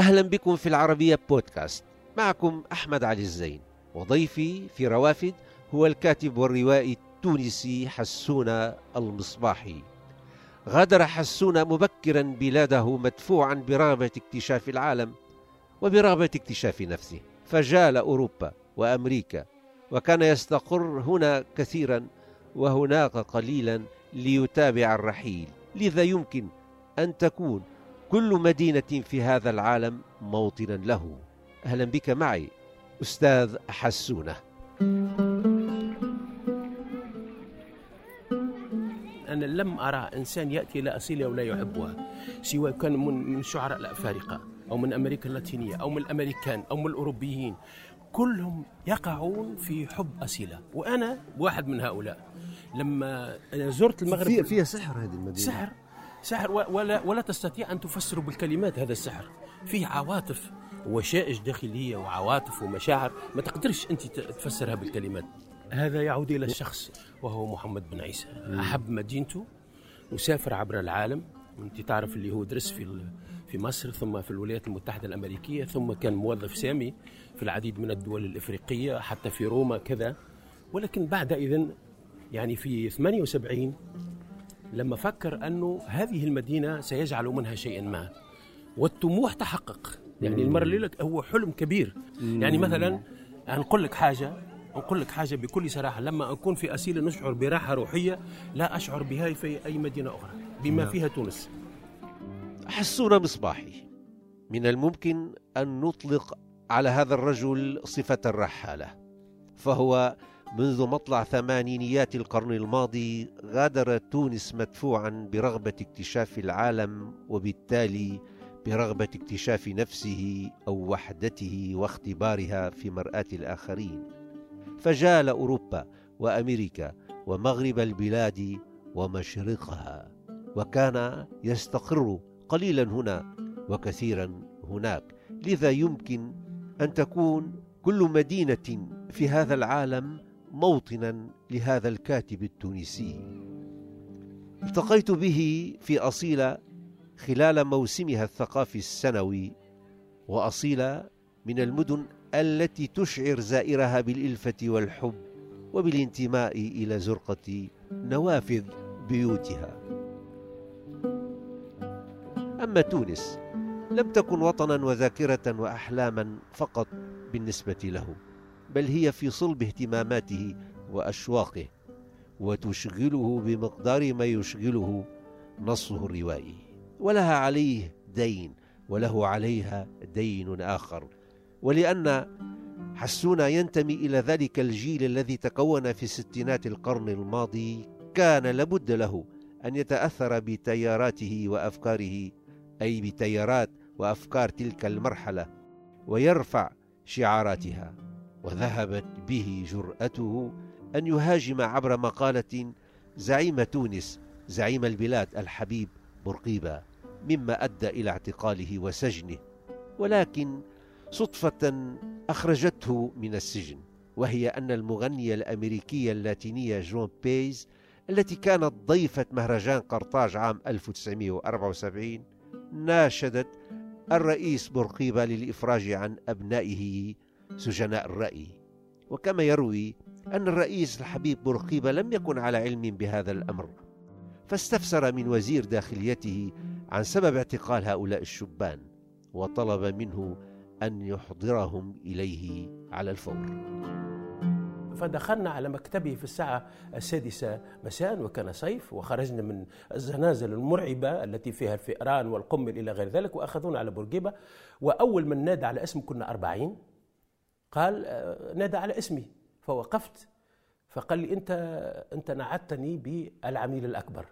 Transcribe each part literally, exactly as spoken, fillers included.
أهلا بكم في العربية بودكاست. معكم أحمد علي الزين، وضيفي في روافد هو الكاتب والروائي التونسي حسون المصباحي. غادر حسون مبكرا بلاده مدفوعا برغبة اكتشاف العالم وبرغبة اكتشاف نفسه، فجال أوروبا وأمريكا، وكان يستقر هنا كثيرا وهناك قليلا ليتابع الرحيل. لذا يمكن أن تكون كل مدينة في هذا العالم موطنا له. أهلا بك معي أستاذ حسونة. أنا لم أرى إنسان يأتي إلى أصيلة ولا يحبها، سواء كان من الشعراء الأفارقة أو من أمريكا اللاتينية أو من الأمريكان أو من الأوروبيين، كلهم يقعون في حب أصيلة، وأنا واحد من هؤلاء. لما أنا زرت المغرب فيها, فيها سحر هذه المدينة، سحر سحر ولا ولا تستطيع أن تفسر بالكلمات هذا السحر. فيه عواطف وشائج داخلية وعواطف ومشاعر ما تقدرش أنت تفسرها بالكلمات. هذا يعود إلى الشخص وهو محمد بن عيسى. أحب مدينته وسافر عبر العالم. أنت تعرف اللي هو درس في في مصر ثم في الولايات المتحدة الأمريكية، ثم كان موظف سامي في العديد من الدول الإفريقية حتى في روما كذا. ولكن بعد إذن يعني في ثمانية وسبعين لما فكر أنه هذه المدينة سيجعل منها شيئا ما، والطموح تحقق. يعني المرة اللي لك هو حلم كبير. يعني مثلا نقول لك حاجة نقول لك حاجة بكل صراحة، لما أكون في أسيلة نشعر براحة روحية لا أشعر بها في أي مدينة أخرى بما فيها تونس. حسون مصباحي، من الممكن أن نطلق على هذا الرجل صفة الرحالة، فهو منذ مطلع ثمانينيات القرن الماضي غادر تونس مدفوعا برغبة اكتشاف العالم، وبالتالي برغبة اكتشاف نفسه أو وحدته واختبارها في مرآة الآخرين، فجال أوروبا وأمريكا ومغرب البلاد ومشرقها، وكان يستقر قليلا هنا وكثيرا هناك. لذا يمكن أن تكون كل مدينة في هذا العالم موطنا لهذا الكاتب التونسي. التقيت به في أصيلة خلال موسمها الثقافي السنوي، وأصيلة من المدن التي تشعر زائرها بالإلفة والحب وبالانتماء إلى زرقة نوافذ بيوتها. أما تونس لم تكن وطنا وذاكرة وأحلاما فقط بالنسبة له، بل هي في صلب اهتماماته وأشواقه، وتشغله بمقدار ما يشغله نصه الروائي، ولها عليه دين وله عليها دين آخر. ولأن حسون ينتمي إلى ذلك الجيل الذي تكون في ستينات القرن الماضي، كان لابد له أن يتأثر بتياراته وأفكاره، أي بتيارات وأفكار تلك المرحلة، ويرفع شعاراتها. وذهبت به جرأته أن يهاجم عبر مقالة زعيم تونس زعيم البلاد الحبيب بورقيبة، مما أدى إلى اعتقاله وسجنه. ولكن صدفة أخرجته من السجن، وهي أن المغنية الأمريكية اللاتينية جون بيز، التي كانت ضيفة مهرجان قرطاج عام ألف وتسعمائة وأربعة وسبعين، ناشدت الرئيس بورقيبة للإفراج عن أبنائه سجناء الرأي. وكما يروي أن الرئيس الحبيب بورقيبة لم يكن على علم بهذا الأمر، فاستفسر من وزير داخليته عن سبب اعتقال هؤلاء الشبان، وطلب منه أن يحضرهم إليه على الفور. فدخلنا على مكتبه في الساعة السادسة مساء، وكان صيف، وخرجنا من الزنازل المرعبة التي فيها الفئران والقنبل إلى غير ذلك، وأخذونا على بورقيبة. وأول من نادى على اسم، كنا أربعين، قال نادى على اسمي، فوقفت فقال لي أنت أنت نعتني بالعميل الأكبر.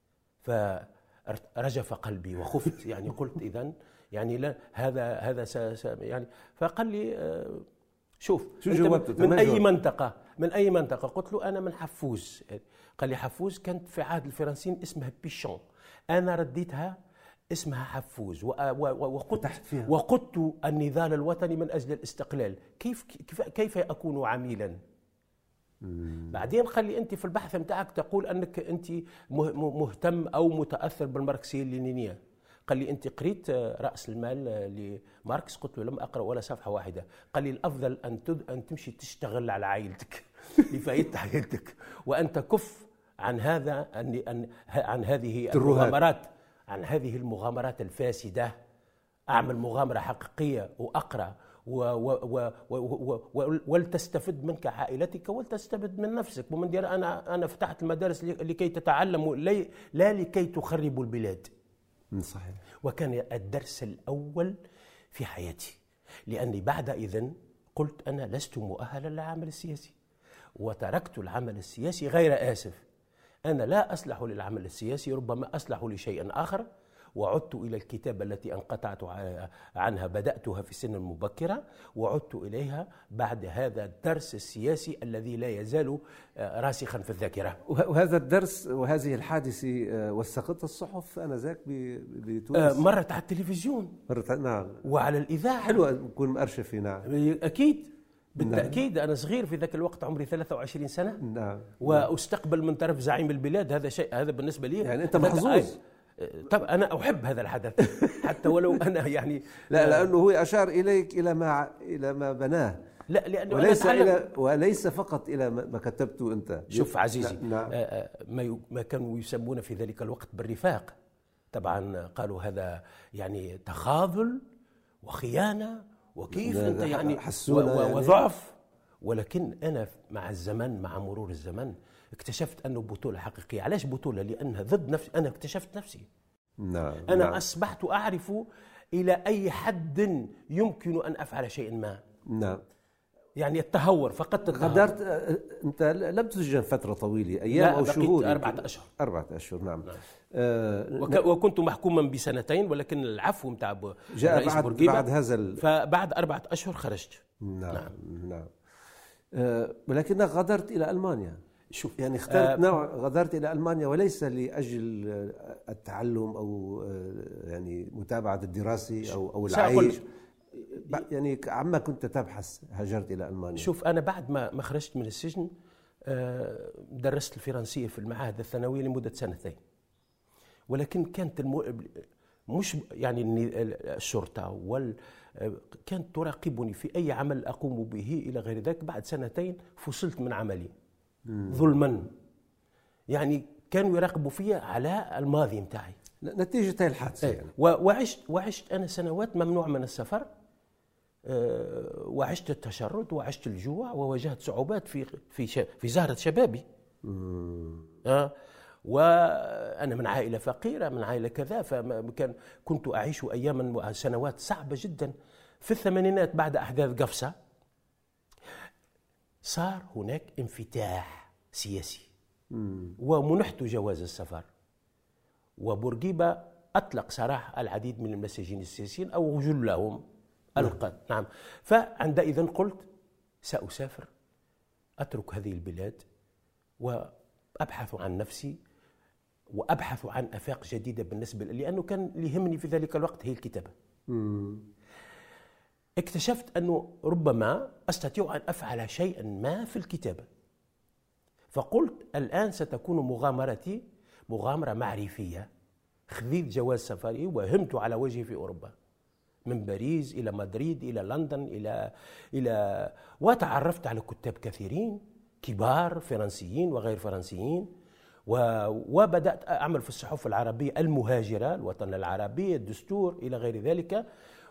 فرجف قلبي وخفت، يعني قلت إذن يعني لا هذا هذا س يعني. فقال لي شوف أنت من أي منطقة من أي منطقة قلت له أنا من حفوز. قال لي حفوز كانت في عهد الفرنسيين اسمها بيشون، أنا رديتها اسمها حفوز، وقلت وقدت النضال الوطني من أجل الاستقلال. كيف كيف كيف أكون عميلا؟ مم. بعدين قال لي أنت في البحث متاعك تقول أنك أنت مهتم أو متأثر بالماركسية اللينينية. قال لي أنت قريت رأس المال لماركس؟ قلت له لم أقرأ ولا صفحة واحدة. قال لي الأفضل أن أن تمشي تشتغل على عائلتك لفائدة عائلتك، وأن تكف عن هذا عن, عن هذه المغامرات عن هذه المغامرات الفاسدة. أعمل مغامرة حقيقية وأقرأ و و و و و ولتستفد منك عائلتك ولتستفد من نفسك ومن دير. أنا أنا فتحت المدارس لكي تتعلموا لا لكي تخربوا البلاد. صحيح. وكان الدرس الأول في حياتي، لأني بعد إذن قلت أنا لست مؤهلا للعمل السياسي، وتركت العمل السياسي غير آسف. أنا لا أصلح للعمل السياسي، ربما أصلح لشيء آخر. وعدت إلى الكتابة التي انقطعت عنها، بدأتها في السن المبكرة وعدت إليها بعد هذا الدرس السياسي الذي لا يزال راسخا في الذاكرة. وهذا الدرس وهذه الحادثة وثقتها الصحف آنذاك بتونس؟ مرت على التلفزيون، مرت نعم، وعلى الإذاعة. حلوة تكون مأرشفة. نعم أكيد بالتأكيد. نعم. أنا صغير في ذاك الوقت، عمري ثلاثة وعشرين سنة. نعم. وأستقبل من طرف زعيم البلاد، هذا شيء، هذا بالنسبة لي يعني أنت محظوظ. طب أنا أحب هذا الحدث حتى ولو أنا يعني لا، لأنه هو أشار إليك إلى ما إلى ما بناه، لا لأنه وليس إلى وليس فقط إلى ما كتبته أنت. شوف عزيزي، نعم. ما ما كانوا يسمون في ذلك الوقت بالرفاق، طبعا قالوا هذا يعني تخاذل وخيانة وكيف أنت يعني وضعف. ولكن أنا مع الزمن، مع مرور الزمن، اكتشفت أنه بطولة حقيقية. علاش بطولة؟ لأنها ضد نفسي. أنا اكتشفت نفسي. نعم. أنا نعم. أصبحت أعرف إلى أي حد يمكن أن أفعل شيئا ما. نعم. يعني التهور فقط. التهور. غادرت أنت لم تسجن فترة طويلة، أيام أو شهور؟ أربعة أشهر. أربعة أشهر. نعم, نعم. آه وك وكنت محكوما بسنتين، ولكن العفو متاع جاء بعد بورقيبة بعد هذا ال... فبعد أربعة أشهر خرجت. نعم. نعم, نعم. آه ولكنك غادرت إلى ألمانيا. شوف يعني اخترت آه نوع، غادرت إلى ألمانيا وليس لأجل التعلم أو يعني متابعة الدراسة أو أو العيش، يعني عما كنت تبحث هاجرت إلى ألمانيا. شوف أنا بعد ما ما خرجت من السجن درست الفرنسية في المعاهد الثانوية لمدة سنتين، ولكن كانت المو... مش يعني الشرطة وال كانت تراقبني في أي عمل أقوم به إلى غير ذلك. بعد سنتين فصلت من عملي مم. ظلما، يعني كانوا يراقبوا فيا على الماضي متاعي نتيجة هاي الحادثة. يعني. وعشت وعشت أنا سنوات ممنوع من السفر، أه وعشت التشرد وعشت الجوع وواجهت صعوبات في في في زهرة شبابي. أه وأنا من عائلة فقيرة، من عائلة كذا، فكان كنت أعيش أياما وسنوات صعبة جدا. في الثمانينات بعد أحداث قفصة صار هناك انفتاح سياسي مم. ومنحت جواز السفر، وبورقيبة أطلق سراح العديد من المساجين السياسيين أو جلهم ألقى. نعم. فعندئذ قلت سأسافر، أترك هذه البلاد وأبحث عن نفسي وأبحث عن آفاق جديدة بالنسبة لي، لأنه كان يهمني في ذلك الوقت هي الكتابة. مم. اكتشفت أنه ربما أستطيع أن أفعل شيئا ما في الكتابة، فقلت الآن ستكون مغامرتي مغامرة معرفية. خذيت جواز سفري وهمت على وجهي في أوروبا، من باريس إلى مدريد إلى لندن إلى إلى وتعرفت على كتاب كثيرين كبار فرنسيين وغير فرنسيين، وبدأت أعمل في الصحف العربية المهاجرة، الوطن العربي، الدستور إلى غير ذلك.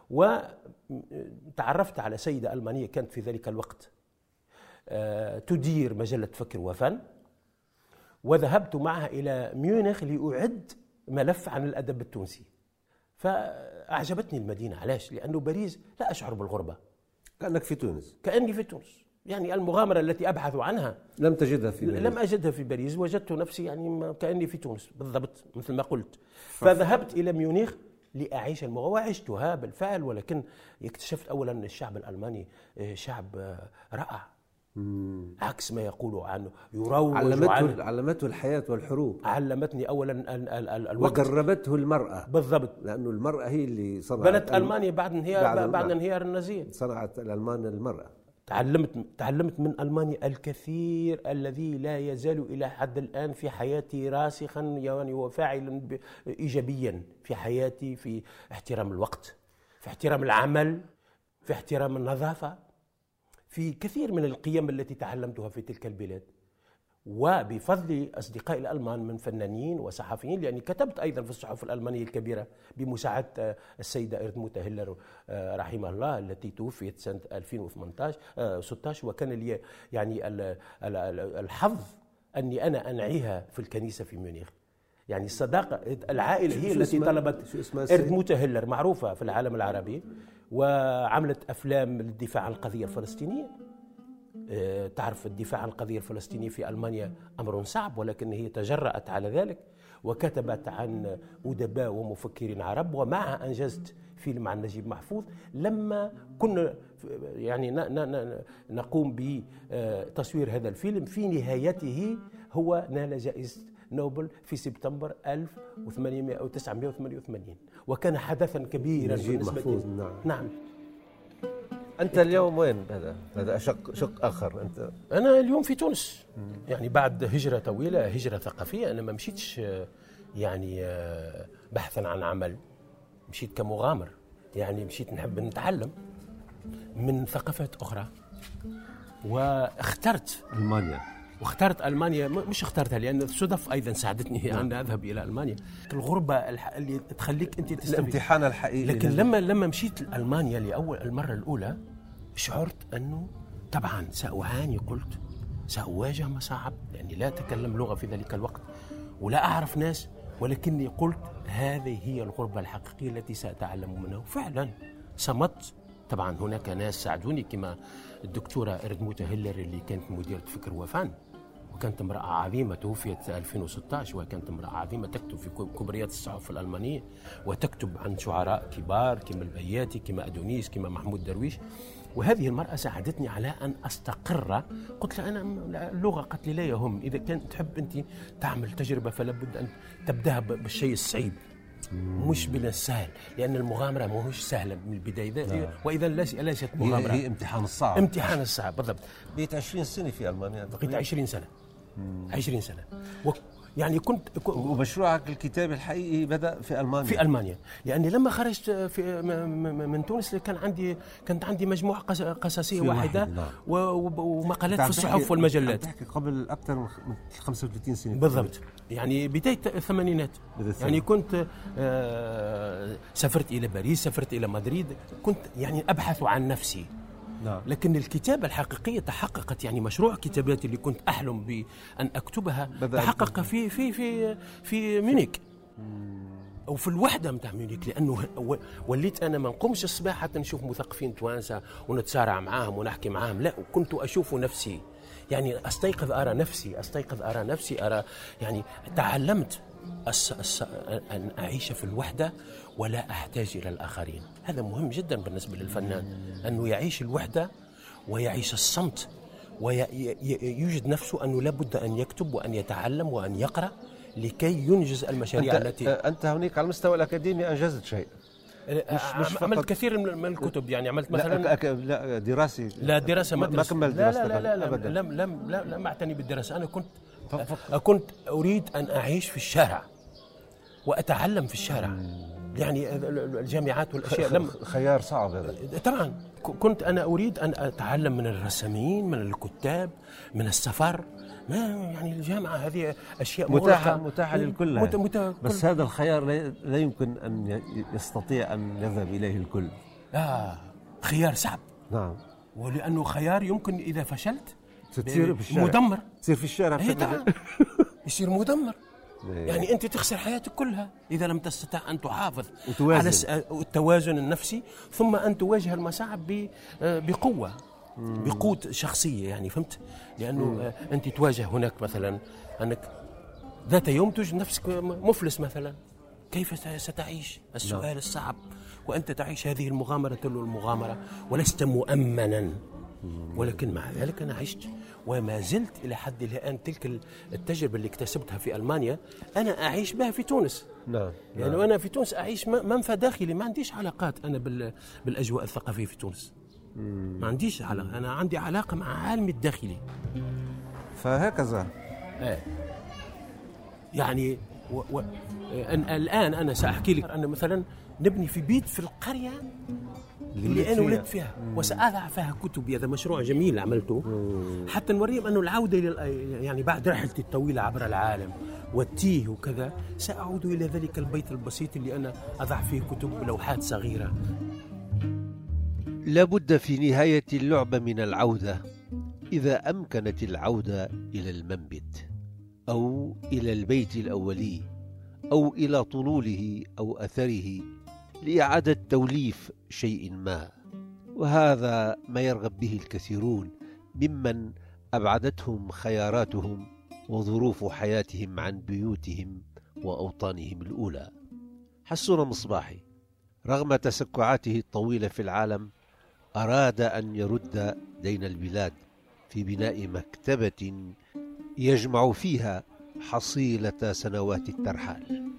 وتعرفت على سيدة ألمانية كانت في ذلك الوقت تدير مجلة فكر وفن، وذهبت معها إلى ميونخ لأعد ملف عن الأدب التونسي. فأعجبتني المدينة. علاش؟ لأنه باريس لا أشعر بالغربة، كأنك في تونس. كأني في تونس، يعني المغامرة التي أبحث عنها لم تجدها في باريس. لم أجدها في باريس، وجدت نفسي يعني كأني في تونس بالضبط مثل ما قلت. فذهبت إلى ميونخ لأعيش المغامرة، وعشتها بالفعل. ولكن اكتشفت أولا أن الشعب الألماني شعب رائع، مم. عكس ما يقولوا عنه، يروج علمته عنه. علمته الحياة والحروب. علمتني أولا ال ال ال الوقت، وقربته المرأة بالضبط، لأنه المرأة هي اللي صنعت بنت ألمانيا بعد انهيار بعد, بعد انهيار النازية. صنعت الألمان المرأة. تعلمت تعلمت من ألمانيا الكثير الذي لا يزال إلى حد الآن في حياتي راسخا يعني وفاعلا إيجابيا في حياتي، في احترام الوقت، في احترام العمل، في احترام النظافة، في كثير من القيم التي تعلمتها في تلك البلاد. وبفضل أصدقائي الألمان من فنانين وصحفيين، لأني كتبت أيضا في الصحف الألمانية الكبيرة بمساعدة السيدة إردموتا هيلر رحمها الله التي توفيت سنة ألفين وثمانية عشر ستة عشر، وكان لي يعني الحظ أني أنا أنعيها في الكنيسة في ميونخ. يعني الصداقة العائلة هي التي طلبت. إردموتا هيلر معروفة في العالم العربي، وعملت أفلام للدفاع عن القضية الفلسطينية. تعرف الدفاع عن القضية الفلسطينية في ألمانيا أمر صعب، ولكن هي تجرأت على ذلك وكتبت عن أدباء ومفكرين عرب، ومعها أنجزت فيلم عن نجيب محفوظ. لما كنا يعني نقوم بتصوير هذا الفيلم، في نهايته هو نال جائزة نوبل في سبتمبر ألف وتسعمائة وثمانية وثمانين، وكان حدثا كبيرا بالنسبة لي. نعم. نعم. أنت اليوم وين؟ هذا هذا شق شق آخر. أنت أنا اليوم في تونس. يعني بعد هجرة طويلة، هجرة ثقافية. أنا ما مشيتش يعني بحثا عن عمل، مشيت كمغامر. يعني مشيت نحب نتعلم من ثقافات أخرى، واخترت ألمانيا. واخترت ألمانيا، مش اخترتها لأن الصدف أيضا ساعدتني أن أذهب إلى ألمانيا. الغربة اللي تخليك أنت تستمتع، الامتحان الحقيقي. لكن لما لما مشيت لألمانيا لأول المرة الأولى شعرت أنه طبعا سأعاني، قلت سأواجه مصاعب لأني لا أتكلم لغة في ذلك الوقت ولا أعرف ناس، ولكني قلت هذه هي الغربة الحقيقية التي سأتعلم منها. وفعلا صمت. طبعا هناك ناس ساعدوني كما الدكتورة إردموتا هيلر اللي كانت مديرة فكر وفن، وكانت امرأة عظيمة توفيت ألفين وستة عشر، وكانت امرأة عظيمة تكتب في كبريات الصحف الألمانية وتكتب عن شعراء كبار كما البياتي كما أدونيس كما محمود درويش. وهذه المرأة ساعدتني على أن أستقر. قلت لها أنا اللغة قالت لي لا يهم، إذا كانت تحب أنت تعمل تجربة فلا بد أن تبدأها بالشيء الصعيب مش بالسهل، لأن المغامرة ما هوش سهلة من البداية. وإذا ليست مغامرة، هي امتحان الصعب. امتحان الصعب بالضبط. بقيت عشرين سنة في ألمانيا. بقيت عشرين سنة. عشرين سنة. و... يعني كنت ومشروعك الكتابي الحقيقي بدأ في ألمانيا. في ألمانيا، لأني لما خرجت في من تونس كان عندي كانت عندي مجموعة قصصية واحدة. نعم. ومقالات في الصحف والمجلات. تحكي قبل أكثر من خمسة وثلاثين سنة بالضبط. يعني بداية الثمانينات. يعني كنت آه سافرت إلى باريس، سافرت إلى مدريد، كنت يعني أبحث عن نفسي. نعم. لكن الكتابة الحقيقية تحققت. يعني مشروع كتاباتي اللي كنت أحلم بأن أكتبها تحقق في في في في ميونخ أو في الوحدة متاع ميونخ، لأنه وليت أنا ما نقومش الصباح حتى نشوف مثقفين توانسة ونتسارع معاهم ونحكي معاهم، لا، كنت أشوف نفسي. يعني أستيقظ أرى نفسي، أستيقظ أرى نفسي أرى يعني تعلمت أس أس أن أعيش في الوحدة ولا أحتاج إلى الآخرين. هذا مهم جدا بالنسبة للفنان، أنه يعيش الوحدة ويعيش الصمت ويوجد نفسه أنه لابد أن يكتب وأن يتعلم وأن يقرأ لكي ينجز المشاريع أنت التي أنت هناك على المستوى الأكاديمي أنجزت شيء. مش مش عملت كثير من الكتب. يعني عملت مثلا لا, لا دراسي لا دراسة ما, ما كملت دراسة. لا لا لا, لا, لا لم لم لا لم أعتني بالدراسة. أنا كنت كنت أريد أن أعيش في الشارع وأتعلم في الشارع. يعني الجامعات والأشياء لم خيار صعب هذا. طبعا كنت أنا أريد أن أتعلم من الرسامين، من الكتاب، من السفر. ما يعني الجامعة هذه أشياء متاحة متاحة للكل. مت مت بس هذا الخيار لا يمكن أن يستطيع أن يذهب إليه الكل. آه خيار صعب. نعم. ولأنه خيار يمكن إذا فشلت تصير في الشارع. مدمر. تصير في الشارع. إيه طبعا. يصير مدمر. يعني أنت تخسر حياتك كلها إذا لم تستطع أن تحافظ وتوازن. على التوازن النفسي، ثم أن تواجه المصاعب بقوة، بقوة شخصية. يعني فهمت؟ لأنه مم. أنت تواجه هناك مثلا أنك ذات يوم تجد نفسك مفلس مثلا، كيف ستعيش؟ السؤال الصعب. وأنت تعيش هذه المغامرة تلو المغامرة ولست مؤمنا. ولكن مع ذلك أنا عشت وما زلت إلى حد الآن تلك التجربة اللي اكتسبتها في ألمانيا أنا أعيش بها في تونس. نعم. يعني نعم. أنا في تونس أعيش منفى داخلي، ما عنديش علاقات أنا بالأجواء الثقافية في تونس. ما عنديش علاقة، أنا عندي علاقة مع عالمي الداخلي. فهكذا ايه يعني و... و... أن... الآن أنا سأحكي لك أنا مثلا نبني في بيت في القرية اللي, اللي أنا ولدت فيها، وسأضع فيها كتبي. هذا مشروع جميل عملته مم. حتى نوريهم أنه العودة إلى يعني بعد رحلتي الطويلة عبر العالم والتيه وكذا، سأعود إلى ذلك البيت البسيط اللي أنا أضع فيه كتب ولوحات صغيرة. لابد في نهاية اللعبة من العودة، إذا أمكنت العودة إلى المنبت أو إلى البيت الأولي أو إلى طلوله أو أثره لإعادة توليف شيء ما. وهذا ما يرغب به الكثيرون ممن أبعدتهم خياراتهم وظروف حياتهم عن بيوتهم وأوطانهم الأولى. حسون مصباحي رغم تسكعاته الطويلة في العالم أراد أن يرد دين البلاد في بناء مكتبة يجمع فيها حصيلة سنوات الترحال.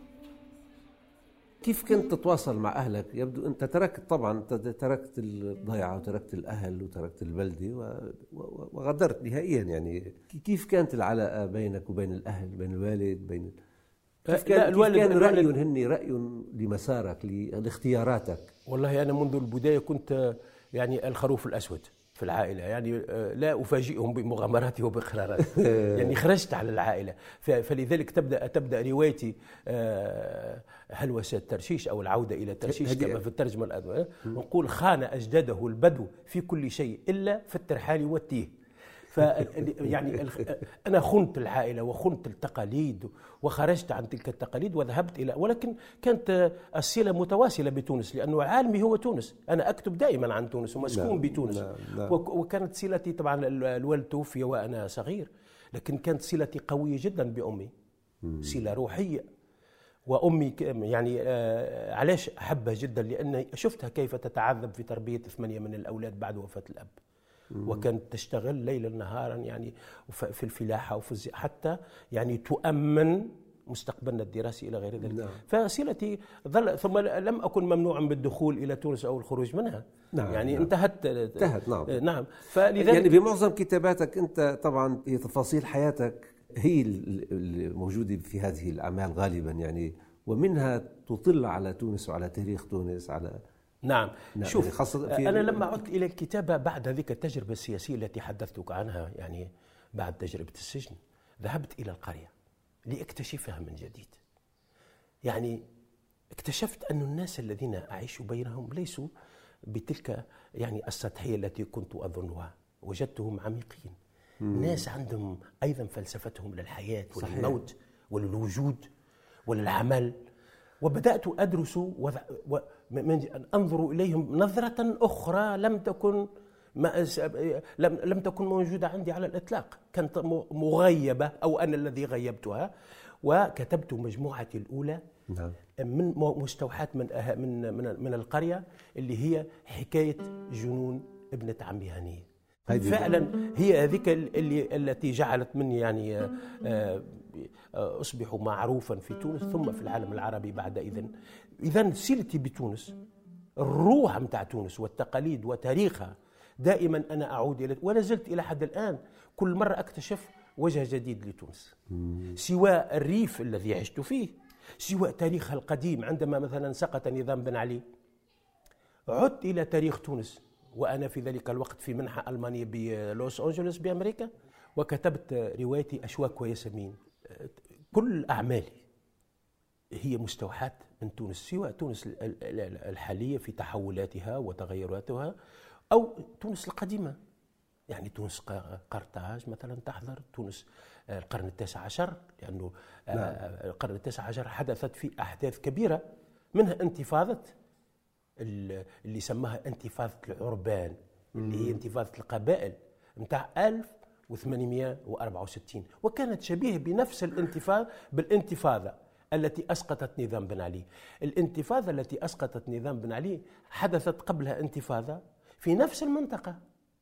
كيف كنت تتواصل مع أهلك؟ يبدو أنت تركت طبعا تركت الضيعة وتركت الأهل وتركت البلدة وغادرت نهائيا. يعني كيف كانت العلاقة بينك وبين الأهل، بين الوالد، بين كيف كان, الوالد كيف كان رأي هني رأي لمسارك لاختياراتك؟ والله أنا منذ البداية كنت يعني الخروف الأسود في العائلة، يعني لا أفاجئهم بمغامراتي وبقراراتي. يعني خرجت على العائلة، فلذلك تبدأ تبدأ روايتي هلوسة ترشيش أو العودة إلى ترشيش كما في الترجمة الأدبية. نقول خان أجداده البدو في كل شيء إلا في الترحال والتيه. ف يعني أنا خنت العائلة وخنت التقاليد وخرجت عن تلك التقاليد وذهبت إلى، ولكن كانت الصلة متواصلة بتونس لأنه عالمي هو تونس. أنا أكتب دائما عن تونس ومسكون بتونس. لا لا. وكانت صلتي طبعا الوالد توفي وأنا صغير، لكن كانت صلتي قوية جدا بأمي، صلة روحية. وأمي يعني علاش أحبها جدا؟ لأن شفتها كيف تتعذب في تربية ثمانية من الأولاد بعد وفاة الأب، وكانت تشتغل ليلا نهارا يعني في الفلاحة وفي حتى يعني تؤمن مستقبلنا الدراسي إلى غير ذلك. نعم. فصلتي ظل، ثم لم أكن ممنوعا بالدخول إلى تونس أو الخروج منها. نعم. يعني نعم. انتهت انتهت نعم. نعم. فلذلك يعني بمعظم كتاباتك أنت طبعا هي تفاصيل حياتك هي الموجودة في هذه الأعمال غالبا، يعني ومنها تطل على تونس وعلى تاريخ تونس على نعم. نعم. شوف يعني أنا لما عدت إلى الكتابة بعد ذلك التجربة السياسية التي حدثتك عنها، يعني بعد تجربة السجن ذهبت إلى القرية لأكتشفها من جديد. يعني اكتشفت أن الناس الذين أعيش بينهم ليسوا بتلك يعني السطحية التي كنت أظنها، وجدتهم عميقين. مم. ناس عندهم أيضا فلسفتهم للحياة وللموت وللوجود وللعمل. وبدأت أدرس وذ... و... أنظر إليهم نظرة أخرى لم تكن ما لم لم تكن موجودة عندي على الإطلاق، كانت مغيبة أو أنا الذي غيبتها. وكتبت مجموعتي الأولى نعم. من مستوحات من من من من القرية اللي هي حكاية جنون ابنة عمي هنية. فعلا هي هذيك اللي التي جعلت مني يعني أصبح معروفا في تونس ثم في العالم العربي بعد إذن. إذن صلتي بتونس، الروح متاع تونس والتقاليد وتاريخها دائما أنا أعود إلى، ولا زلت إلى حد الآن كل مرة أكتشف وجه جديد لتونس، سواء الريف الذي عشت فيه، سواء تاريخها القديم. عندما مثلا سقط نظام بن علي عدت إلى تاريخ تونس وأنا في ذلك الوقت في منحة ألمانية بلوس أنجلوس بأمريكا، وكتبت روايتي أشواك وياسمين. كل أعمالي هي مستوحاة من تونس، سواء تونس الحالية في تحولاتها وتغيراتها أو تونس القديمة. يعني تونس قرطاج مثلا تحضر، تونس القرن التاسع عشر، لأنه نعم. القرن التاسع عشر حدثت في أحداث كبيرة، منها انتفاضة اللي سماها انتفاضة العربان، اللي هي انتفاضة القبائل متاع ألف وثمانمائة وأربعة وستين، وكانت شبيه بنفس الانتفاضة بالانتفاضة التي أسقطت نظام بن علي. الانتفاضة التي أسقطت نظام بن علي حدثت قبلها انتفاضة في نفس المنطقة،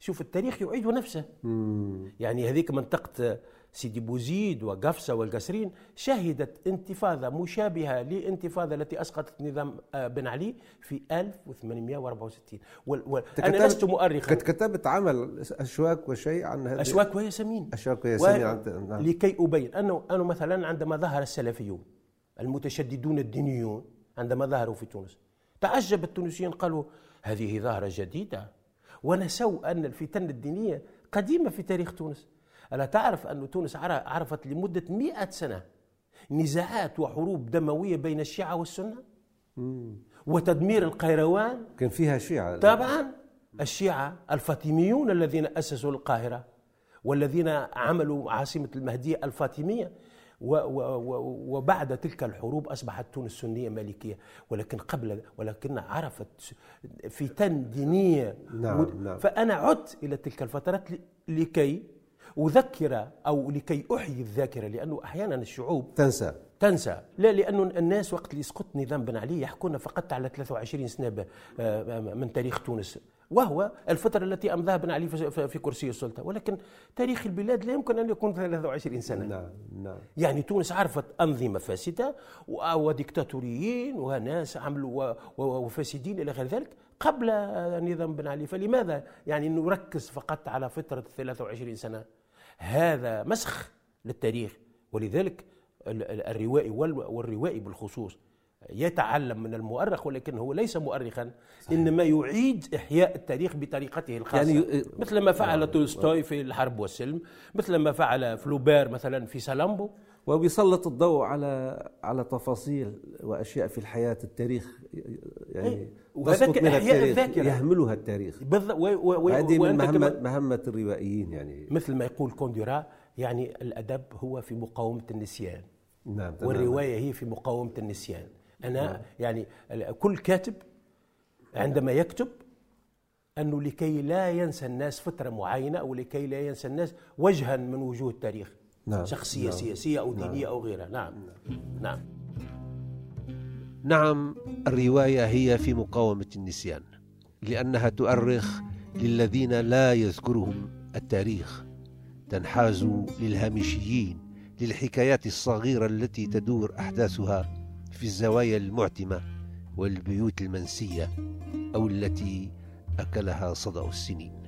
شوف التاريخ يعيد نفسه. مم. يعني هذيك منطقة سيدي بوزيد وقفصة والقصرين شهدت انتفاضة مشابهة للانتفاضة التي أسقطت نظام بن علي في ألف وثمانمائة وأربعة وستين. وال... وال... أنا لست مؤرخا. قد كتبت عمل أشواك وشيء عن هذه أشواك وياسمين. أشواك وياسمين و... عن... نعم. لكي أبين أنه أنه مثلا عندما ظهر السلفيون المتشددون الدينيون عندما ظهروا في تونس تعجب التونسيين، قالوا هذه ظاهرة جديدة، ونسوا أن الفتن الدينية قديمة في تاريخ تونس. ألا تعرف أن تونس عرفت لمدة مئة سنة نزاعات وحروب دموية بين الشيعة والسنة مم. وتدمير القيروان؟ كان فيها شيعة طبعا الشيعة الفاطميون الذين أسسوا القاهرة والذين عملوا عاصمة المهدية الفاطمية، وبعد تلك الحروب أصبحت تونس سنية مالكية، ولكن قبل ولكن عرفت فتن دينية. نعم نعم. فأنا عدت إلى تلك الفترات لكي أذكر أو لكي أحيي الذاكرة، لأنه أحيانا الشعوب تنسى تنسى لا لأنه الناس وقت اللي يسقط نظام بن علي يحكون فقط على ثلاثة وعشرين سنة من تاريخ تونس، وهو الفترة التي أمضاها بن علي في كرسي السلطة، ولكن تاريخ البلاد لا يمكن أن يكون ثلاثة وعشرين سنة. نعم نعم. يعني تونس عرفت أنظمة فاسدة وديكتاتوريين وناس عملوا وفاسدين إلى غير ذلك قبل نظام بن علي، فلماذا يعني نركز فقط على فترة ثلاثة وعشرين سنة؟ هذا مسخ للتاريخ. ولذلك الروائي والروائي بالخصوص يتعلم من المؤرخ، ولكن هو ليس مؤرخا، إنما يعيد إحياء التاريخ بطريقته الخاصة، يعني مثل ما فعل تولستوي في الحرب والسلم، مثل ما فعل فلوبير مثلا في سالامبو، وبيسلط الضوء على على تفاصيل واشياء في الحياه. التاريخ يعني وهذاك احياء الذاكره يهملها التاريخ. هذه من مهمه مهمه الروائيين. يعني مثل ما يقول كوندورا، يعني الادب هو في مقاومه النسيان. نعم. والروايه هي في مقاومه النسيان. انا نعم. يعني كل كاتب عندما يكتب انه لكي لا ينسى الناس فتره معينه، او لكي لا ينسى الناس وجها من وجوه التاريخ، نعم. شخصية نعم. سياسية أو دينية نعم. أو غيرها. نعم نعم نعم. الرواية هي في مقاومة النسيان، لأنها تؤرخ للذين لا يذكرهم التاريخ، تنحاز للهامشيين، للحكايات الصغيرة التي تدور أحداثها في الزوايا المعتمة والبيوت المنسية، أو التي أكلها صدأ السنين.